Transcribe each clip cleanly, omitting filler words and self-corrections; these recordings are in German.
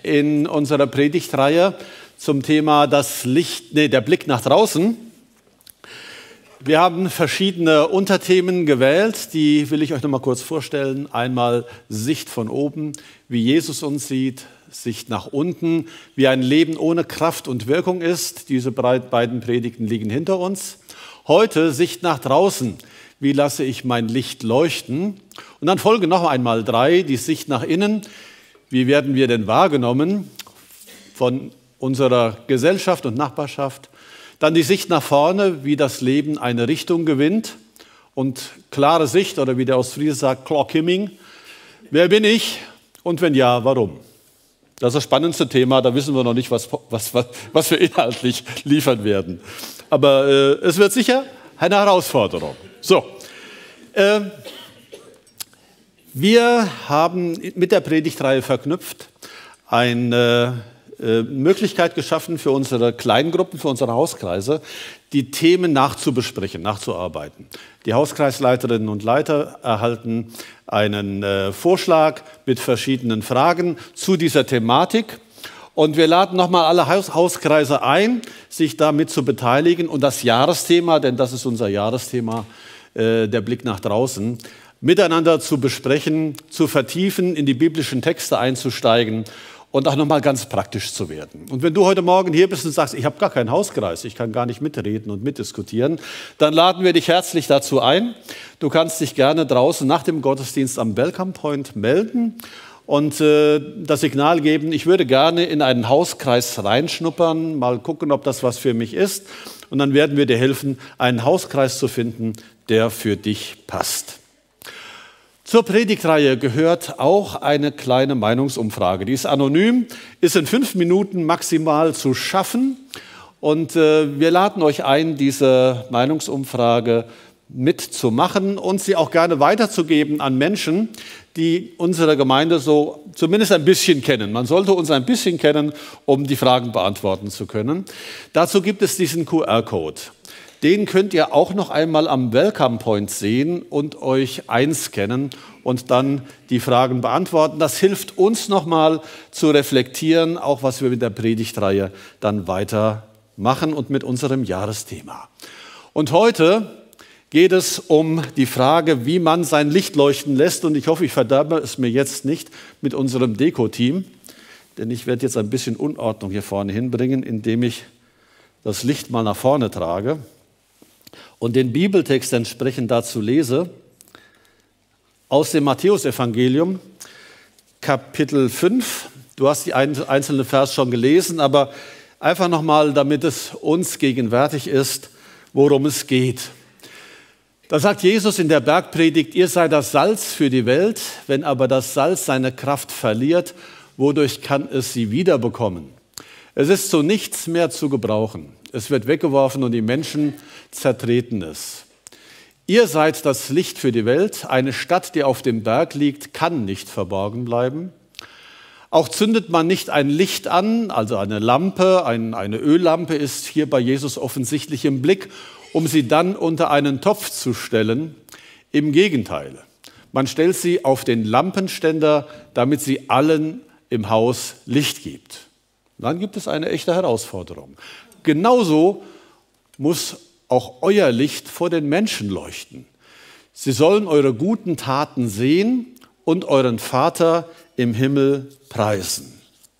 in unserer Predigtreihe zum Thema der Blick nach draußen. Wir haben verschiedene Unterthemen gewählt, die will ich euch noch mal kurz vorstellen. Einmal Sicht von oben, wie Jesus uns sieht, Sicht nach unten, wie ein Leben ohne Kraft und Wirkung ist. Diese beiden Predigten liegen hinter uns. Heute Sicht nach draußen, wie lasse ich mein Licht leuchten? Und dann Folge noch einmal 3, die Sicht nach innen. Wie werden wir denn wahrgenommen von unserer Gesellschaft und Nachbarschaft? Dann die Sicht nach vorne, wie das Leben eine Richtung gewinnt. Und klare Sicht, oder wie der Ostfriese sagt, Clockiming. Wer bin ich und wenn ja, warum? Das ist das spannendste Thema, da wissen wir noch nicht, was wir inhaltlich liefern werden. Aber es wird sicher eine Herausforderung. So, wir haben mit der Predigtreihe verknüpft eine Möglichkeit geschaffen für unsere Kleingruppen, für unsere Hauskreise, die Themen nachzubesprechen, nachzuarbeiten. Die Hauskreisleiterinnen und Leiter erhalten einen Vorschlag mit verschiedenen Fragen zu dieser Thematik. Und wir laden nochmal alle Hauskreise ein, sich damit zu beteiligen und das Jahresthema, denn das ist unser Jahresthema, der Blick nach draußen, miteinander zu besprechen, zu vertiefen, in die biblischen Texte einzusteigen und auch nochmal ganz praktisch zu werden. Und wenn du heute Morgen hier bist und sagst, ich habe gar keinen Hauskreis, ich kann gar nicht mitreden und mitdiskutieren, dann laden wir dich herzlich dazu ein. Du kannst dich gerne draußen nach dem Gottesdienst am Welcome Point melden und das Signal geben, ich würde gerne in einen Hauskreis reinschnuppern, mal gucken, ob das was für mich ist. Und dann werden wir dir helfen, einen Hauskreis zu finden, der für dich passt. Zur Predigtreihe gehört auch eine kleine Meinungsumfrage. Die ist anonym, ist in 5 Minuten maximal zu schaffen. Und wir laden euch ein, diese Meinungsumfrage mitzumachen und sie auch gerne weiterzugeben an Menschen, die unsere Gemeinde so zumindest ein bisschen kennen. Man sollte uns ein bisschen kennen, um die Fragen beantworten zu können. Dazu gibt es diesen QR-Code. Den könnt ihr auch noch einmal am Welcome Point sehen und euch einscannen und dann die Fragen beantworten. Das hilft uns nochmal zu reflektieren, auch was wir mit der Predigtreihe dann weitermachen und mit unserem Jahresthema. Und heute geht es um die Frage, wie man sein Licht leuchten lässt. Und ich hoffe, ich verderbe es mir jetzt nicht mit unserem Deko-Team, denn ich werde jetzt ein bisschen Unordnung hier vorne hinbringen, indem ich das Licht mal nach vorne trage und den Bibeltext entsprechend dazu lese, aus dem Matthäusevangelium, Kapitel 5. Du hast die einzelnen Vers schon gelesen, aber einfach nochmal, damit es uns gegenwärtig ist, worum es geht. Da sagt Jesus in der Bergpredigt, ihr seid das Salz für die Welt, wenn aber das Salz seine Kraft verliert, wodurch kann es sie wiederbekommen? Es ist zu nichts mehr zu gebrauchen. Es wird weggeworfen und die Menschen zertreten es. Ihr seid das Licht für die Welt. Eine Stadt, die auf dem Berg liegt, kann nicht verborgen bleiben. Auch zündet man nicht ein Licht an, also eine Lampe, eine Öllampe ist hier bei Jesus offensichtlich im Blick, um sie dann unter einen Topf zu stellen. Im Gegenteil, man stellt sie auf den Lampenständer, damit sie allen im Haus Licht gibt. Dann gibt es eine echte Herausforderung. Genauso muss auch euer Licht vor den Menschen leuchten. Sie sollen eure guten Taten sehen und euren Vater im Himmel preisen.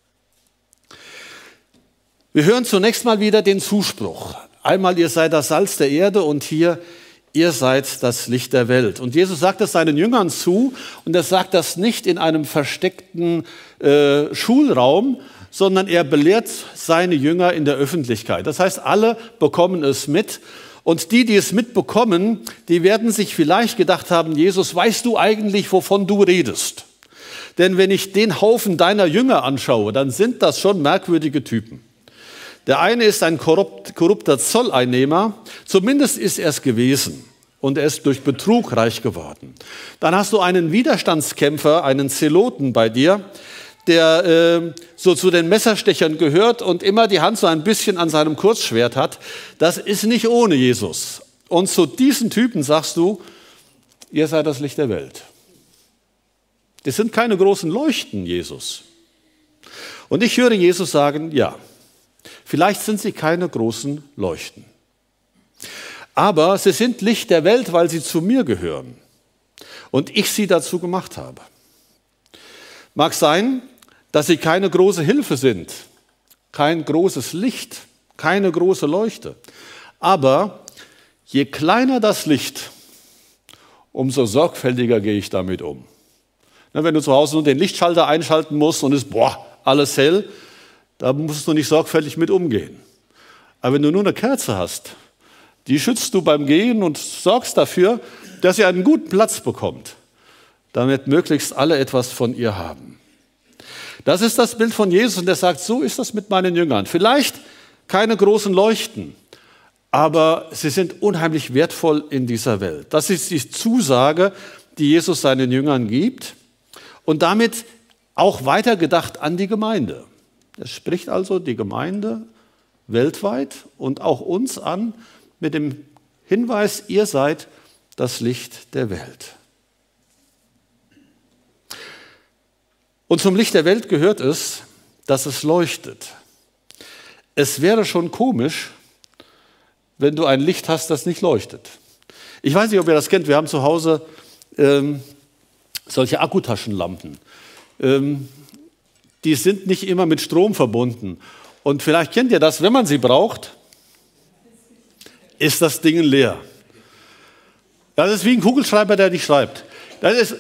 Wir hören zunächst mal wieder den Zuspruch. Einmal, ihr seid das Salz der Erde und hier, ihr seid das Licht der Welt. Und Jesus sagt das seinen Jüngern zu und er sagt das nicht in einem versteckten Schulraum, sondern er belehrt seine Jünger in der Öffentlichkeit. Das heißt, alle bekommen es mit. Und die es mitbekommen, die werden sich vielleicht gedacht haben, Jesus, weißt du eigentlich, wovon du redest? Denn wenn ich den Haufen deiner Jünger anschaue, dann sind das schon merkwürdige Typen. Der eine ist ein korrupter Zolleinnehmer, zumindest ist er es gewesen. Und er ist durch Betrug reich geworden. Dann hast du einen Widerstandskämpfer, einen Zeloten bei dir, der so zu den Messerstechern gehört und immer die Hand so ein bisschen an seinem Kurzschwert hat. Das ist nicht ohne Jesus. Und zu diesen Typen sagst du, ihr seid das Licht der Welt. Das sind keine großen Leuchten, Jesus. Und ich höre Jesus sagen, ja, vielleicht sind sie keine großen Leuchten. Aber sie sind Licht der Welt, weil sie zu mir gehören und ich sie dazu gemacht habe. Mag sein, dass sie keine große Hilfe sind, kein großes Licht, keine große Leuchte. Aber je kleiner das Licht, umso sorgfältiger gehe ich damit um. Wenn du zu Hause nur den Lichtschalter einschalten musst und es ist alles hell, da musst du nicht sorgfältig mit umgehen. Aber wenn du nur eine Kerze hast, die schützt du beim Gehen und sorgst dafür, dass sie einen guten Platz bekommt, damit möglichst alle etwas von ihr haben. Das ist das Bild von Jesus und er sagt, so ist das mit meinen Jüngern. Vielleicht keine großen Leuchten, aber sie sind unheimlich wertvoll in dieser Welt. Das ist die Zusage, die Jesus seinen Jüngern gibt und damit auch weitergedacht an die Gemeinde. Er spricht also die Gemeinde weltweit und auch uns an mit dem Hinweis, ihr seid das Licht der Welt. Und zum Licht der Welt gehört es, dass es leuchtet. Es wäre schon komisch, wenn du ein Licht hast, das nicht leuchtet. Ich weiß nicht, ob ihr das kennt, wir haben zu Hause solche Akkutaschenlampen. Die sind nicht immer mit Strom verbunden. Und vielleicht kennt ihr das, wenn man sie braucht, ist das Ding leer. Das ist wie ein Kugelschreiber, der nicht schreibt. Das ist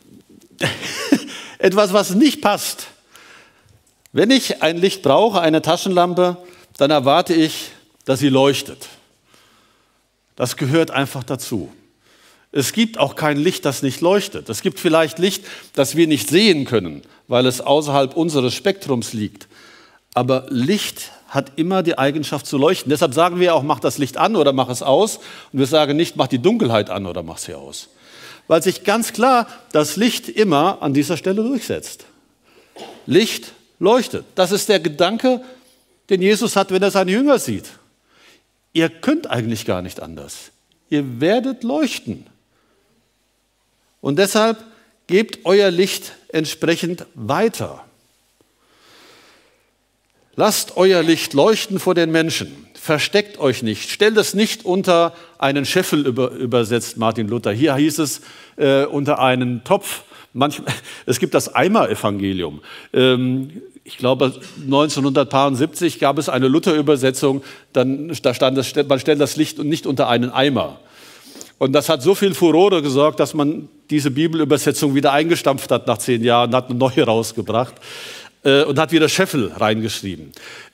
etwas, was nicht passt. Wenn ich ein Licht brauche, eine Taschenlampe, dann erwarte ich, dass sie leuchtet. Das gehört einfach dazu. Es gibt auch kein Licht, das nicht leuchtet. Es gibt vielleicht Licht, das wir nicht sehen können, weil es außerhalb unseres Spektrums liegt. Aber Licht hat immer die Eigenschaft zu leuchten. Deshalb sagen wir auch, mach das Licht an oder mach es aus. Und wir sagen nicht, mach die Dunkelheit an oder mach sie aus. Weil sich ganz klar das Licht immer an dieser Stelle durchsetzt. Licht leuchtet. Das ist der Gedanke, den Jesus hat, wenn er seine Jünger sieht. Ihr könnt eigentlich gar nicht anders. Ihr werdet leuchten. Und deshalb gebt euer Licht entsprechend weiter. Lasst euer Licht leuchten vor den Menschen. Versteckt euch nicht. Stellt es nicht unter einen Scheffel, übersetzt Martin Luther. Hier hieß es unter einen Topf. Es gibt das Eimer-Evangelium. Ich glaube, 1970 gab es eine Luther-Übersetzung. Da stand es, man stellt das Licht nicht unter einen Eimer. Und das hat so viel Furore gesorgt, dass man diese Bibelübersetzung wieder eingestampft hat nach 10 Jahren, hat eine neue rausgebracht und hat wieder Scheffel reingeschrieben.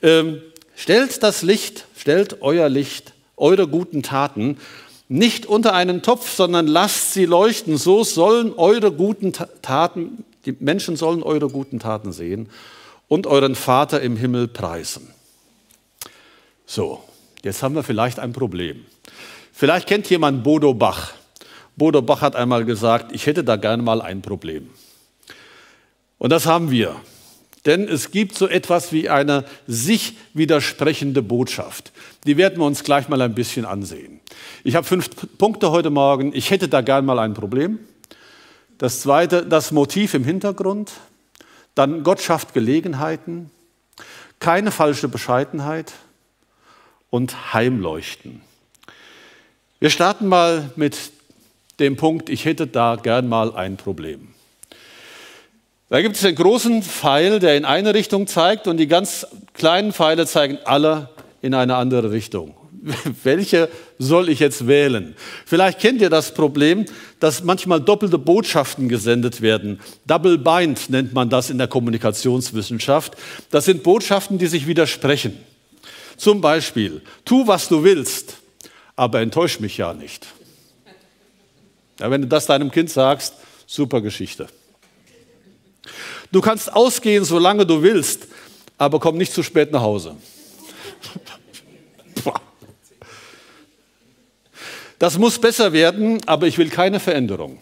Stellt euer Licht, eure guten Taten nicht unter einen Topf, sondern lasst sie leuchten. So sollen eure guten Taten, die Menschen sollen eure guten Taten sehen und euren Vater im Himmel preisen. So, jetzt haben wir vielleicht ein Problem. Vielleicht kennt jemand Bodo Bach. Bodo Bach hat einmal gesagt, ich hätte da gerne mal ein Problem. Und das haben wir. Denn es gibt so etwas wie eine sich widersprechende Botschaft. Die werden wir uns gleich mal ein bisschen ansehen. Ich habe 5 Punkte heute Morgen. Ich hätte da gern mal ein Problem. Das zweite, das Motiv im Hintergrund. Dann Gott schafft Gelegenheiten. Keine falsche Bescheidenheit. Und Heimleuchten. Wir starten mal mit dem Punkt, ich hätte da gern mal ein Problem. Da gibt es den großen Pfeil, der in eine Richtung zeigt und die ganz kleinen Pfeile zeigen alle in eine andere Richtung. Welche soll ich jetzt wählen? Vielleicht kennt ihr das Problem, dass manchmal doppelte Botschaften gesendet werden. Double Bind nennt man das in der Kommunikationswissenschaft. Das sind Botschaften, die sich widersprechen. Zum Beispiel, tu, was du willst, aber enttäusch mich ja nicht. Ja, wenn du das deinem Kind sagst, super Geschichte. Du kannst ausgehen, solange du willst, aber komm nicht zu spät nach Hause. Das muss besser werden, aber ich will keine Veränderung.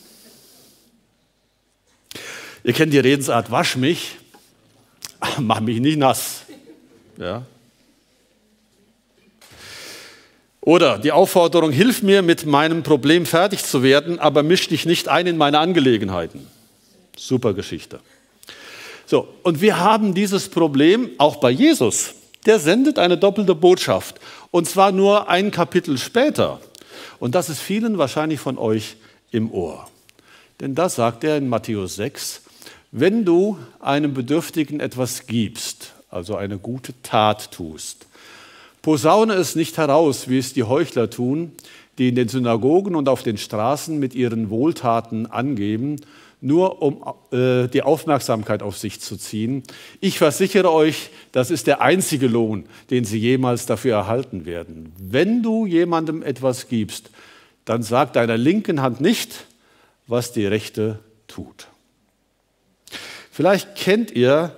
Ihr kennt die Redensart, wasch mich, mach mich nicht nass. Ja. Oder die Aufforderung, hilf mir, mit meinem Problem fertig zu werden, aber misch dich nicht ein in meine Angelegenheiten. Super Geschichte. So, und wir haben dieses Problem auch bei Jesus. Der sendet eine doppelte Botschaft. Und zwar nur ein Kapitel später. Und das ist vielen wahrscheinlich von euch im Ohr. Denn da sagt er in Matthäus 6, wenn du einem Bedürftigen etwas gibst, also eine gute Tat tust, posaune es nicht heraus, wie es die Heuchler tun, die in den Synagogen und auf den Straßen mit ihren Wohltaten angeben, nur um die Aufmerksamkeit auf sich zu ziehen. Ich versichere euch, das ist der einzige Lohn, den sie jemals dafür erhalten werden. Wenn du jemandem etwas gibst, dann sag deiner linken Hand nicht, was die rechte tut. Vielleicht kennt ihr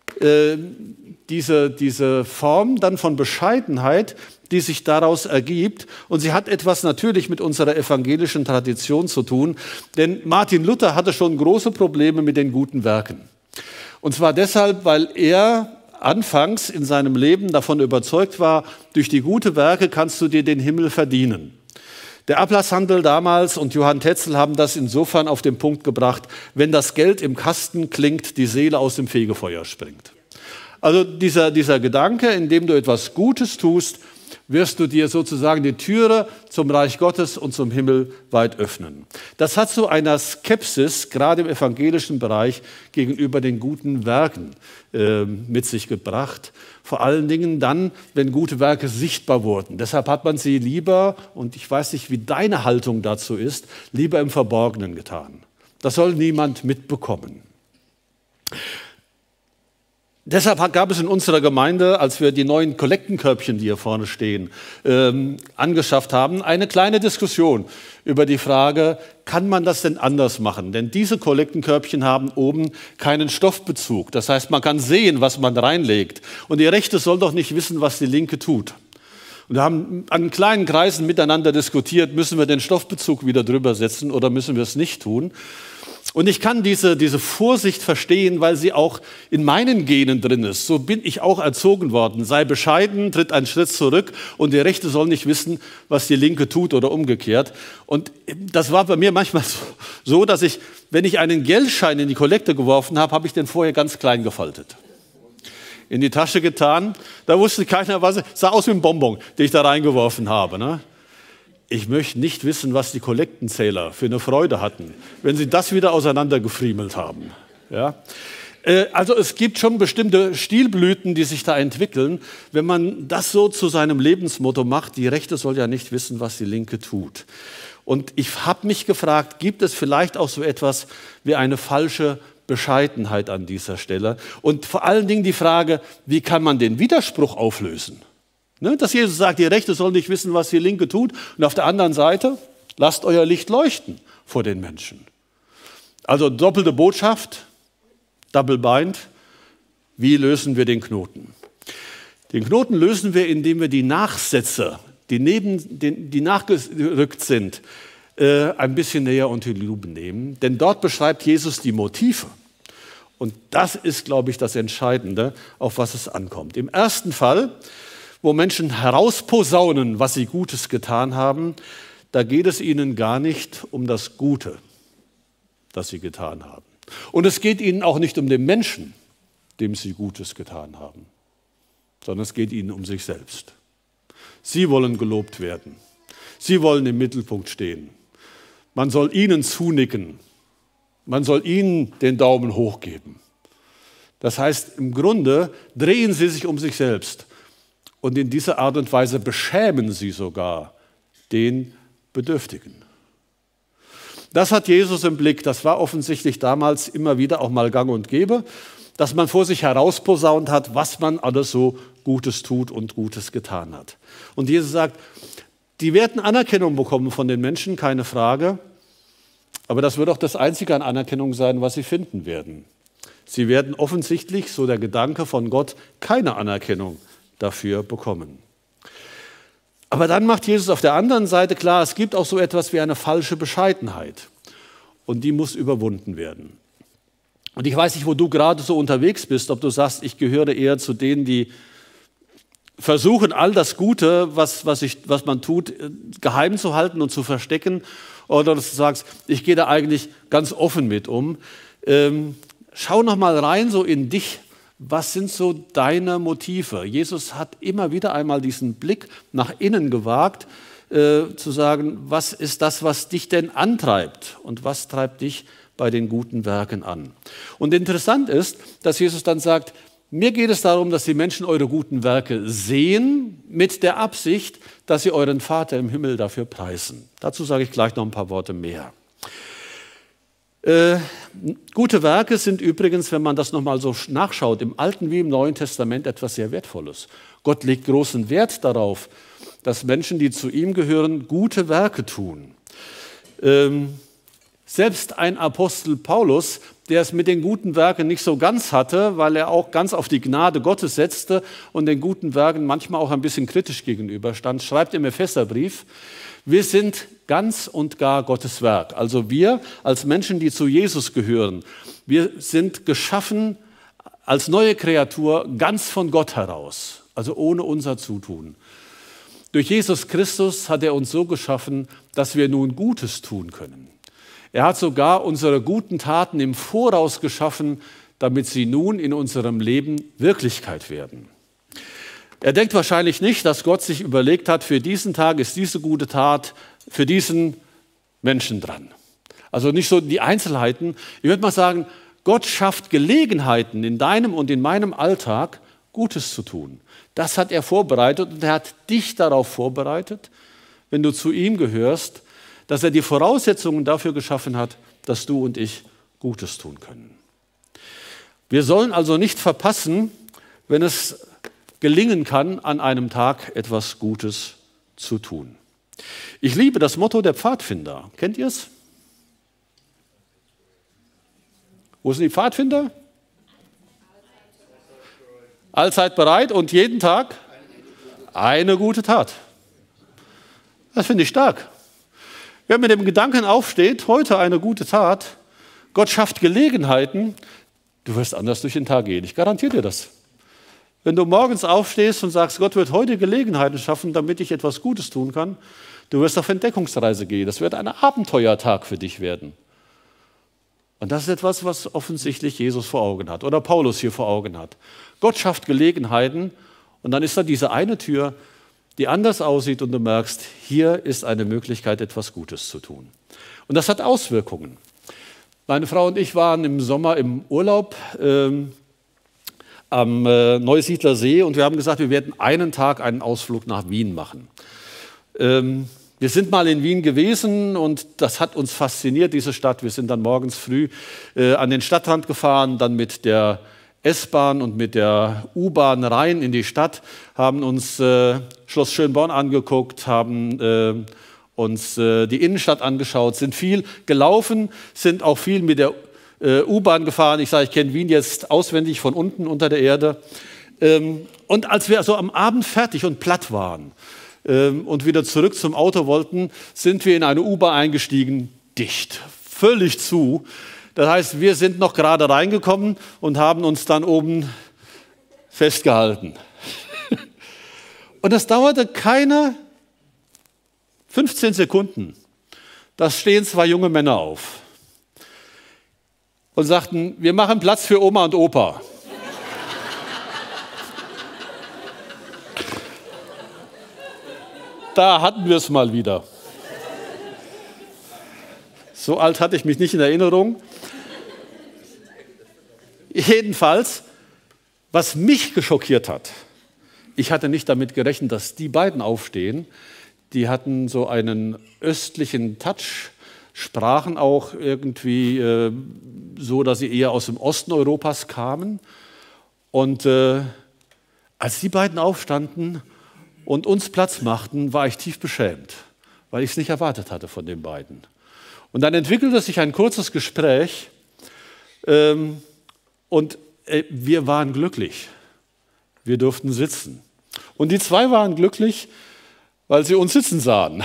diese Form dann von Bescheidenheit, die sich daraus ergibt. Und sie hat etwas natürlich mit unserer evangelischen Tradition zu tun. Denn Martin Luther hatte schon große Probleme mit den guten Werken. Und zwar deshalb, weil er anfangs in seinem Leben davon überzeugt war, durch die guten Werke kannst du dir den Himmel verdienen. Der Ablasshandel damals und Johann Tetzel haben das insofern auf den Punkt gebracht, wenn das Geld im Kasten klingt, die Seele aus dem Fegefeuer springt. Also dieser Gedanke, indem du etwas Gutes tust, wirst du dir sozusagen die Türe zum Reich Gottes und zum Himmel weit öffnen. Das hat zu einer Skepsis, gerade im evangelischen Bereich, gegenüber den guten Werken mit sich gebracht. Vor allen Dingen dann, wenn gute Werke sichtbar wurden. Deshalb hat man sie lieber, und ich weiß nicht, wie deine Haltung dazu ist, lieber im Verborgenen getan. Das soll niemand mitbekommen. Deshalb gab es in unserer Gemeinde, als wir die neuen Kollektenkörbchen, die hier vorne stehen, angeschafft haben, eine kleine Diskussion über die Frage, kann man das denn anders machen? Denn diese Kollektenkörbchen haben oben keinen Stoffbezug. Das heißt, man kann sehen, was man reinlegt. Und die Rechte soll doch nicht wissen, was die Linke tut. Und wir haben an kleinen Kreisen miteinander diskutiert, müssen wir den Stoffbezug wieder drüber setzen oder müssen wir es nicht tun? Und ich kann diese Vorsicht verstehen, weil sie auch in meinen Genen drin ist. So bin ich auch erzogen worden. Sei bescheiden, tritt einen Schritt zurück und die Rechte soll nicht wissen, was die Linke tut oder umgekehrt. Und das war bei mir manchmal so, dass ich, wenn ich einen Geldschein in die Kollekte geworfen habe, habe ich den vorher ganz klein gefaltet. In die Tasche getan, da wusste keiner, was, sah aus wie ein Bonbon, den ich da reingeworfen habe, ne? Ich möchte nicht wissen, was die Kollektenzähler für eine Freude hatten, wenn sie das wieder auseinandergefriemelt haben. Ja? Also es gibt schon bestimmte Stilblüten, die sich da entwickeln, wenn man das so zu seinem Lebensmotto macht, die Rechte soll ja nicht wissen, was die Linke tut. Und ich habe mich gefragt, gibt es vielleicht auch so etwas wie eine falsche Bescheidenheit an dieser Stelle? Und vor allen Dingen die Frage, wie kann man den Widerspruch auflösen? Dass Jesus sagt, die Rechte sollen nicht wissen, was die Linke tut. Und auf der anderen Seite, lasst euer Licht leuchten vor den Menschen. Also doppelte Botschaft, double bind. Wie lösen wir den Knoten? Den Knoten lösen wir, indem wir die Nachsätze, die nachgerückt sind, ein bisschen näher unter die Lupe nehmen. Denn dort beschreibt Jesus die Motive. Und das ist, glaube ich, das Entscheidende, auf was es ankommt. Im ersten Fall, wo Menschen herausposaunen, was sie Gutes getan haben, da geht es ihnen gar nicht um das Gute, das sie getan haben. Und es geht ihnen auch nicht um den Menschen, dem sie Gutes getan haben, sondern es geht ihnen um sich selbst. Sie wollen gelobt werden. Sie wollen im Mittelpunkt stehen. Man soll ihnen zunicken. Man soll ihnen den Daumen hoch geben. Das heißt, im Grunde drehen sie sich um sich selbst. Und in dieser Art und Weise beschämen sie sogar den Bedürftigen. Das hat Jesus im Blick. Das war offensichtlich damals immer wieder auch mal gang und gäbe, dass man vor sich herausposaunt hat, was man alles so Gutes tut und Gutes getan hat. Und Jesus sagt, die werden Anerkennung bekommen von den Menschen, keine Frage. Aber das wird auch das Einzige an Anerkennung sein, was sie finden werden. Sie werden offensichtlich, so der Gedanke von Gott, keine Anerkennung dafür bekommen. Aber dann macht Jesus auf der anderen Seite klar, es gibt auch so etwas wie eine falsche Bescheidenheit. Und die muss überwunden werden. Und ich weiß nicht, wo du gerade so unterwegs bist, ob du sagst, ich gehöre eher zu denen, die versuchen, all das Gute, was man tut, geheim zu halten und zu verstecken. Oder dass du sagst, ich gehe da eigentlich ganz offen mit um. schau noch mal rein so in dich. Was sind so deine Motive? Jesus hat immer wieder einmal diesen Blick nach innen gewagt, zu sagen, was ist das, was dich denn antreibt und was treibt dich bei den guten Werken an? Und interessant ist, dass Jesus dann sagt, mir geht es darum, dass die Menschen eure guten Werke sehen, mit der Absicht, dass sie euren Vater im Himmel dafür preisen. Dazu sage ich gleich noch ein paar Worte mehr. Gute Werke sind übrigens, wenn man das nochmal so nachschaut, im Alten wie im Neuen Testament etwas sehr Wertvolles. Gott legt großen Wert darauf, dass Menschen, die zu ihm gehören, gute Werke tun. Selbst ein Apostel Paulus, der es mit den guten Werken nicht so ganz hatte, weil er auch ganz auf die Gnade Gottes setzte und den guten Werken manchmal auch ein bisschen kritisch gegenüberstand, schreibt im Epheserbrief, wir sind ganz und gar Gottes Werk. Also wir als Menschen, die zu Jesus gehören, wir sind geschaffen als neue Kreatur ganz von Gott heraus, also ohne unser Zutun. Durch Jesus Christus hat er uns so geschaffen, dass wir nun Gutes tun können. Er hat sogar unsere guten Taten im Voraus geschaffen, damit sie nun in unserem Leben Wirklichkeit werden. Er denkt wahrscheinlich nicht, dass Gott sich überlegt hat, für diesen Tag ist diese gute Tat für diesen Menschen dran. Also nicht so die Einzelheiten. Ich würde mal sagen, Gott schafft Gelegenheiten in deinem und in meinem Alltag, Gutes zu tun. Das hat er vorbereitet und er hat dich darauf vorbereitet, wenn du zu ihm gehörst, dass er die Voraussetzungen dafür geschaffen hat, dass du und ich Gutes tun können. Wir sollen also nicht verpassen, wenn es gelingen kann, an einem Tag etwas Gutes zu tun. Ich liebe das Motto der Pfadfinder. Kennt ihr es? Wo sind die Pfadfinder? Allzeit bereit und jeden Tag eine gute Tat. Das finde ich stark. Wer mit dem Gedanken aufsteht, heute eine gute Tat, Gott schafft Gelegenheiten, du wirst anders durch den Tag gehen. Ich garantiere dir das. Wenn du morgens aufstehst und sagst, Gott wird heute Gelegenheiten schaffen, damit ich etwas Gutes tun kann, du wirst auf Entdeckungsreise gehen. Das wird ein Abenteuertag für dich werden. Und das ist etwas, was offensichtlich Jesus vor Augen hat oder Paulus hier vor Augen hat. Gott schafft Gelegenheiten und dann ist da diese eine Tür, die anders aussieht und du merkst, hier ist eine Möglichkeit, etwas Gutes zu tun. Und das hat Auswirkungen. Meine Frau und ich waren im Sommer im Urlaub am Neusiedler See und wir haben gesagt, wir werden einen Tag einen Ausflug nach Wien machen. Wir sind mal in Wien gewesen und das hat uns fasziniert, diese Stadt. Wir sind dann morgens früh an den Stadtrand gefahren, dann mit der S-Bahn und mit der U-Bahn rein in die Stadt, haben uns Schloss Schönborn angeguckt, haben uns die Innenstadt angeschaut, sind viel gelaufen, sind auch viel mit der U-Bahn gefahren. Ich sage, ich kenne Wien jetzt auswendig von unten unter der Erde. Und als wir also am Abend fertig und platt waren und wieder zurück zum Auto wollten, sind wir in eine U-Bahn eingestiegen, dicht, völlig zu. Das heißt, wir sind noch gerade reingekommen und haben uns dann oben festgehalten. Und das dauerte keine 15 Sekunden. Da stehen zwei junge Männer auf und sagten, wir machen Platz für Oma und Opa. Da hatten wir es mal wieder. So alt hatte ich mich nicht in Erinnerung. Jedenfalls, was mich geschockiert hat, ich hatte nicht damit gerechnet, dass die beiden aufstehen. Die hatten so einen östlichen Touch, sprachen auch irgendwie so, dass sie eher aus dem Osten Europas kamen. Und als die beiden aufstanden und uns Platz machten, war ich tief beschämt, weil ich es nicht erwartet hatte von den beiden. Und dann entwickelte sich ein kurzes Gespräch und wir waren glücklich. Wir durften sitzen. Und die zwei waren glücklich, weil sie uns sitzen sahen.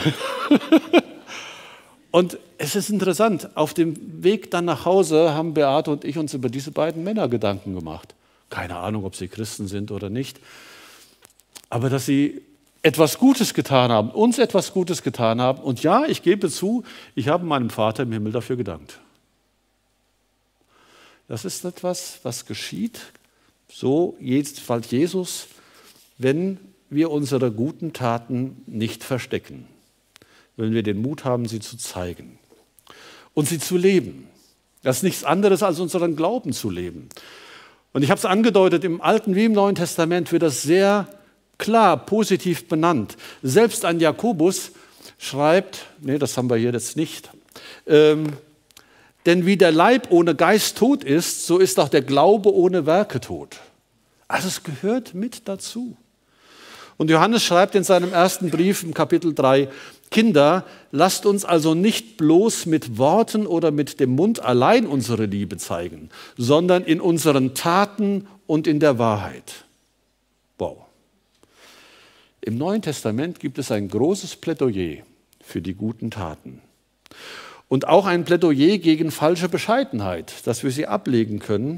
Und es ist interessant, auf dem Weg dann nach Hause haben Beate und ich uns über diese beiden Männer Gedanken gemacht. Keine Ahnung, ob sie Christen sind oder nicht. Aber dass sie etwas Gutes getan haben, uns etwas Gutes getan haben. Und ja, ich gebe zu, ich habe meinem Vater im Himmel dafür gedankt. Das ist etwas, was geschieht, so jedenfalls Jesus, wenn wir unsere guten Taten nicht verstecken, wenn wir den Mut haben, sie zu zeigen und sie zu leben. Das ist nichts anderes, als unseren Glauben zu leben. Und ich habe es angedeutet, im Alten wie im Neuen Testament wird das sehr klar, positiv benannt. Selbst ein Jakobus schreibt, nee, das haben wir hier jetzt nicht, denn wie der Leib ohne Geist tot ist, so ist auch der Glaube ohne Werke tot. Also es gehört mit dazu. Und Johannes schreibt in seinem ersten Brief im Kapitel 3, Kinder, lasst uns also nicht bloß mit Worten oder mit dem Mund allein unsere Liebe zeigen, sondern in unseren Taten und in der Wahrheit. Wow. Im Neuen Testament gibt es ein großes Plädoyer für die guten Taten. Und auch ein Plädoyer gegen falsche Bescheidenheit, dass wir sie ablegen können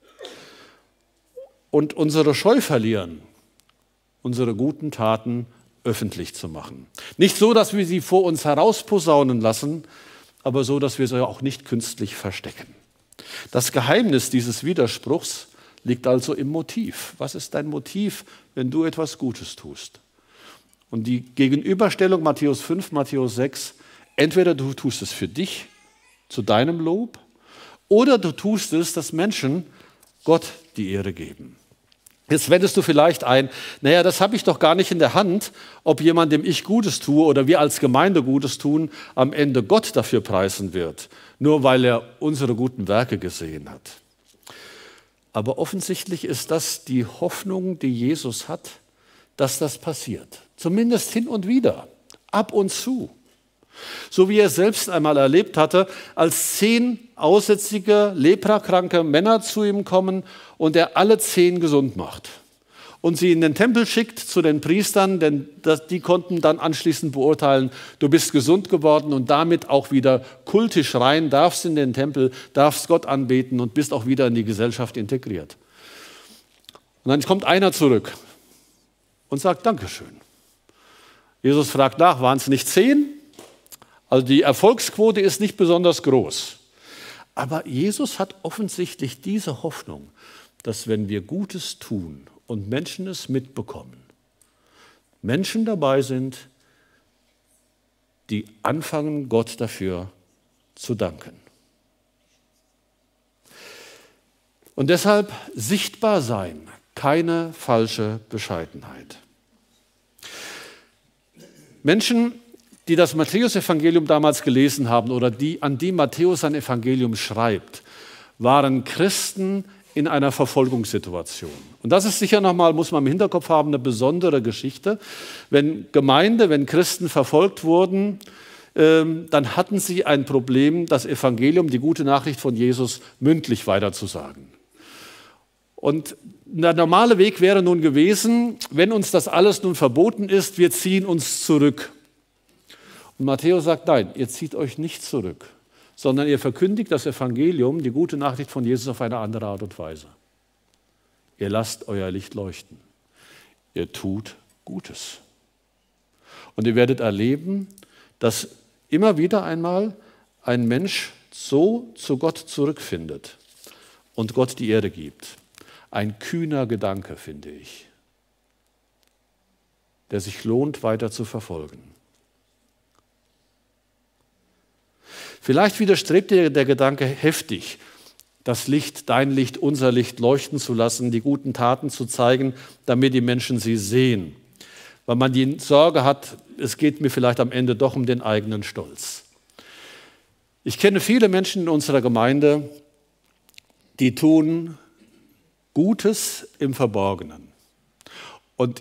und unsere Scheu verlieren, unsere guten Taten öffentlich zu machen. Nicht so, dass wir sie vor uns herausposaunen lassen, aber so, dass wir sie auch nicht künstlich verstecken. Das Geheimnis dieses Widerspruchs liegt also im Motiv. Was ist dein Motiv, wenn du etwas Gutes tust? Und die Gegenüberstellung Matthäus 5, Matthäus 6, entweder du tust es für dich, zu deinem Lob, oder du tust es, dass Menschen Gott die Ehre geben. Jetzt wendest du vielleicht ein, naja, das habe ich doch gar nicht in der Hand, ob jemand, dem ich Gutes tue oder wir als Gemeinde Gutes tun, am Ende Gott dafür preisen wird, nur weil er unsere guten Werke gesehen hat. Aber offensichtlich ist das die Hoffnung, die Jesus hat, dass das passiert. Zumindest hin und wieder, ab und zu. So wie er selbst einmal erlebt hatte, als 10 aussätzige, leprakranke Männer zu ihm kommen und er alle 10 gesund macht. Und sie in den Tempel schickt zu den Priestern, denn die konnten dann anschließend beurteilen, du bist gesund geworden und damit auch wieder kultisch rein, darfst in den Tempel, darfst Gott anbeten und bist auch wieder in die Gesellschaft integriert. Und dann kommt einer zurück und sagt Dankeschön. Jesus fragt nach, waren es nicht 10? Also die Erfolgsquote ist nicht besonders groß. Aber Jesus hat offensichtlich diese Hoffnung, dass wenn wir Gutes tun und Menschen es mitbekommen, Menschen dabei sind, die anfangen, Gott dafür zu danken. Und deshalb sichtbar sein, keine falsche Bescheidenheit. Menschen, die das Matthäusevangelium damals gelesen haben oder an die Matthäus sein Evangelium schreibt, waren Christen in einer Verfolgungssituation. Und das ist sicher nochmal, muss man im Hinterkopf haben, eine besondere Geschichte. Wenn Christen verfolgt wurden, dann hatten sie ein Problem, das Evangelium, die gute Nachricht von Jesus, mündlich weiterzusagen. Und der normale Weg wäre nun gewesen, wenn uns das alles nun verboten ist, wir ziehen uns zurück. Und Matthäus sagt, nein, ihr zieht euch nicht zurück, sondern ihr verkündigt das Evangelium, die gute Nachricht von Jesus auf eine andere Art und Weise. Ihr lasst euer Licht leuchten. Ihr tut Gutes. Und ihr werdet erleben, dass immer wieder einmal ein Mensch so zu Gott zurückfindet und Gott die Ehre gibt. Ein kühner Gedanke, finde ich, der sich lohnt, weiter zu verfolgen. Vielleicht widerstrebt dir der Gedanke heftig, das Licht, dein Licht, unser Licht leuchten zu lassen, die guten Taten zu zeigen, damit die Menschen sie sehen. Weil man die Sorge hat, es geht mir vielleicht am Ende doch um den eigenen Stolz. Ich kenne viele Menschen in unserer Gemeinde, die tun Gutes im Verborgenen. Und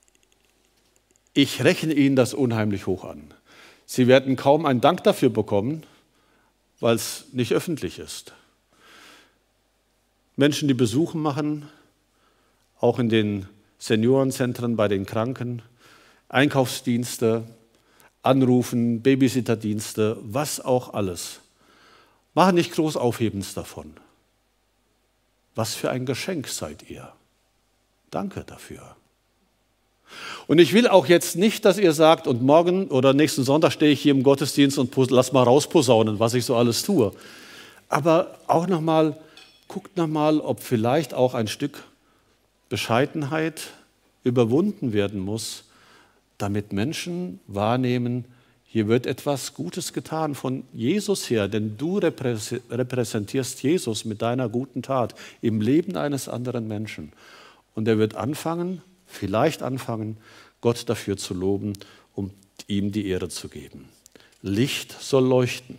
ich rechne ihnen das unheimlich hoch an. Sie werden kaum einen Dank dafür bekommen, weil es nicht öffentlich ist. Menschen, die Besuche machen, auch in den Seniorenzentren bei den Kranken, Einkaufsdienste, Anrufen, Babysitterdienste, was auch alles, machen nicht groß Aufhebens davon. Was für ein Geschenk seid ihr. Danke dafür. Und ich will auch jetzt nicht, dass ihr sagt, und morgen oder nächsten Sonntag stehe ich hier im Gottesdienst und lass mal rausposaunen, was ich so alles tue. Aber auch nochmal, guckt nochmal, ob vielleicht auch ein Stück Bescheidenheit überwunden werden muss, damit Menschen wahrnehmen, hier wird etwas Gutes getan von Jesus her, denn du repräsentierst Jesus mit deiner guten Tat im Leben eines anderen Menschen. Und er wird vielleicht anfangen, Gott dafür zu loben, um ihm die Ehre zu geben. Licht soll leuchten.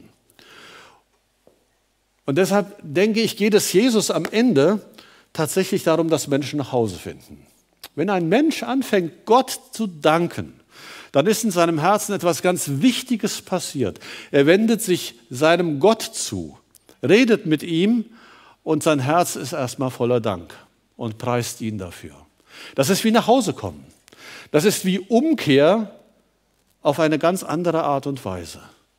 Und deshalb denke ich, geht es Jesus am Ende tatsächlich darum, dass Menschen nach Hause finden. Wenn ein Mensch anfängt, Gott zu danken, dann ist in seinem Herzen etwas ganz Wichtiges passiert. Er wendet sich seinem Gott zu, redet mit ihm und sein Herz ist erstmal voller Dank und preist ihn dafür. Das ist wie nach Hause kommen. Das ist wie Umkehr auf eine ganz andere Art und Weise.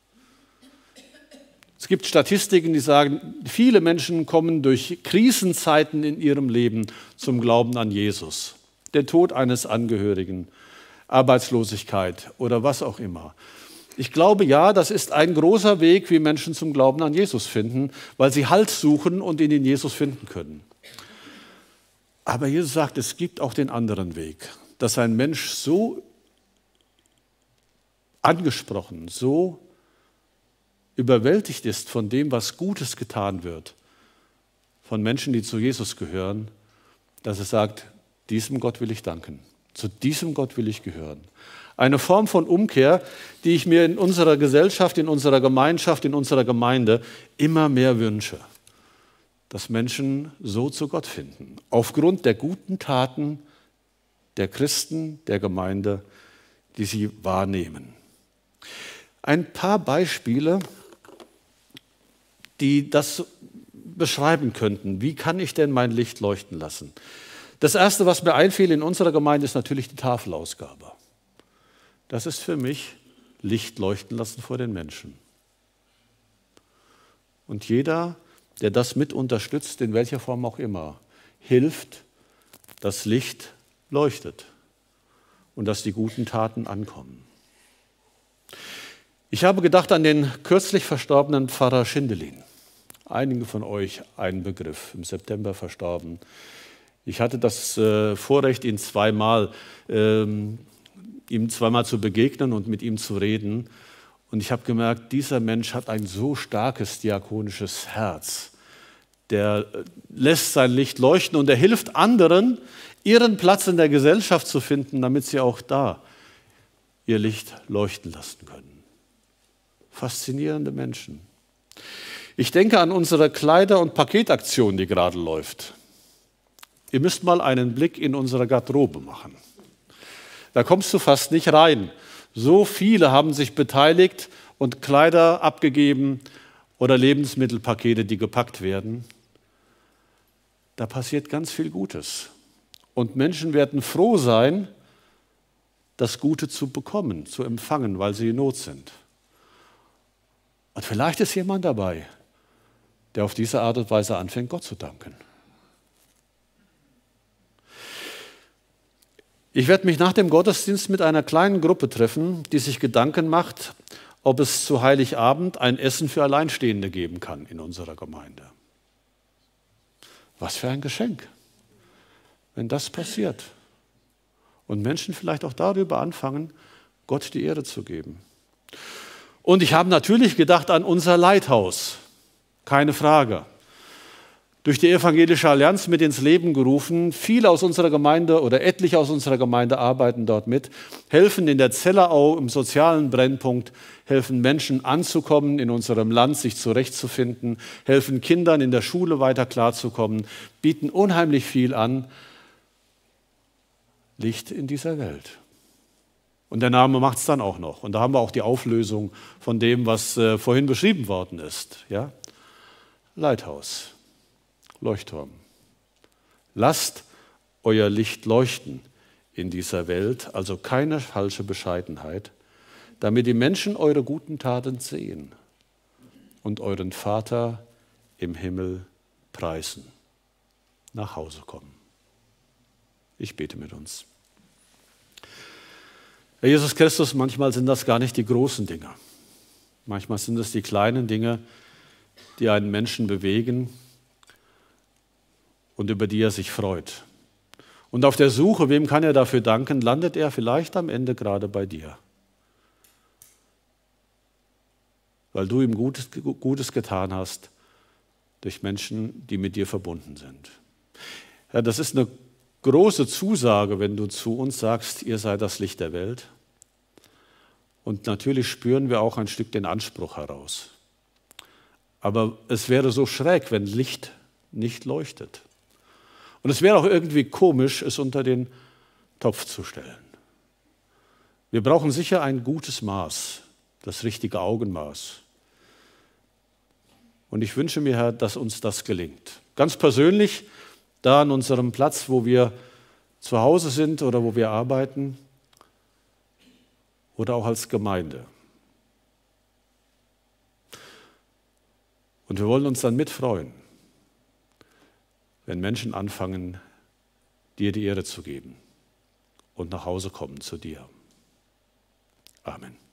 Es gibt Statistiken, die sagen, viele Menschen kommen durch Krisenzeiten in ihrem Leben zum Glauben an Jesus. Der Tod eines Angehörigen, Arbeitslosigkeit oder was auch immer. Ich glaube, ja, das ist ein großer Weg, wie Menschen zum Glauben an Jesus finden, weil sie Halt suchen und ihn in Jesus finden können. Aber Jesus sagt, es gibt auch den anderen Weg, dass ein Mensch so angesprochen, so überwältigt ist von dem, was Gutes getan wird, von Menschen, die zu Jesus gehören, dass er sagt, diesem Gott will ich danken. Zu diesem Gott will ich gehören. Eine Form von Umkehr, die ich mir in unserer Gesellschaft, in unserer Gemeinschaft, in unserer Gemeinde immer mehr wünsche. Dass Menschen so zu Gott finden. Aufgrund der guten Taten der Christen, der Gemeinde, die sie wahrnehmen. Ein paar Beispiele, die das beschreiben könnten. Wie kann ich denn mein Licht leuchten lassen? Das Erste, was mir einfiel in unserer Gemeinde, ist natürlich die Tafelausgabe. Das ist für mich Licht leuchten lassen vor den Menschen. Und jeder, der das mit unterstützt, in welcher Form auch immer, hilft, dass Licht leuchtet und dass die guten Taten ankommen. Ich habe gedacht an den kürzlich verstorbenen Pfarrer Schindelin. Einige von euch ein Begriff, im September verstorben. Ich hatte das Vorrecht, ihm zweimal zu begegnen und mit ihm zu reden. Und ich habe gemerkt, dieser Mensch hat ein so starkes diakonisches Herz. Der lässt sein Licht leuchten und er hilft anderen, ihren Platz in der Gesellschaft zu finden, damit sie auch da ihr Licht leuchten lassen können. Faszinierende Menschen. Ich denke an unsere Kleider- und Paketaktion, die gerade läuft. Ihr müsst mal einen Blick in unsere Garderobe machen. Da kommst du fast nicht rein. So viele haben sich beteiligt und Kleider abgegeben oder Lebensmittelpakete, die gepackt werden. Da passiert ganz viel Gutes. Und Menschen werden froh sein, das Gute zu bekommen, zu empfangen, weil sie in Not sind. Und vielleicht ist jemand dabei, der auf diese Art und Weise anfängt, Gott zu danken. Ich werde mich nach dem Gottesdienst mit einer kleinen Gruppe treffen, die sich Gedanken macht, ob es zu Heiligabend ein Essen für Alleinstehende geben kann in unserer Gemeinde. Was für ein Geschenk, wenn das passiert. Und Menschen vielleicht auch darüber anfangen, Gott die Ehre zu geben. Und ich habe natürlich gedacht an unser Leithaus, keine Frage. Durch die Evangelische Allianz mit ins Leben gerufen. Viele aus unserer Gemeinde oder etliche aus unserer Gemeinde arbeiten dort mit, helfen in der Zellerau im sozialen Brennpunkt, helfen Menschen anzukommen in unserem Land, sich zurechtzufinden, helfen Kindern in der Schule weiter klarzukommen, bieten unheimlich viel an. Licht in dieser Welt. Und der Name macht es dann auch noch. Und da haben wir auch die Auflösung von dem, was vorhin beschrieben worden ist. Ja? Leithaus. Leuchtturm. Lasst euer Licht leuchten in dieser Welt, also keine falsche Bescheidenheit, damit die Menschen eure guten Taten sehen und euren Vater im Himmel preisen. Nach Hause kommen. Ich bete mit uns. Herr Jesus Christus, manchmal sind das gar nicht die großen Dinge. Manchmal sind es die kleinen Dinge, die einen Menschen bewegen, und über die er sich freut. Und auf der Suche, wem kann er dafür danken, landet er vielleicht am Ende gerade bei dir. Weil du ihm Gutes getan hast durch Menschen, die mit dir verbunden sind. Ja, das ist eine große Zusage, wenn du zu uns sagst, ihr seid das Licht der Welt. Und natürlich spüren wir auch ein Stück den Anspruch heraus. Aber es wäre so schräg, wenn Licht nicht leuchtet. Und es wäre auch irgendwie komisch, es unter den Topf zu stellen. Wir brauchen sicher ein gutes Maß, das richtige Augenmaß. Und ich wünsche mir, Herr, dass uns das gelingt. Ganz persönlich, da an unserem Platz, wo wir zu Hause sind oder wo wir arbeiten oder auch als Gemeinde. Und wir wollen uns dann mitfreuen, wenn Menschen anfangen, dir die Ehre zu geben und nach Hause kommen zu dir. Amen.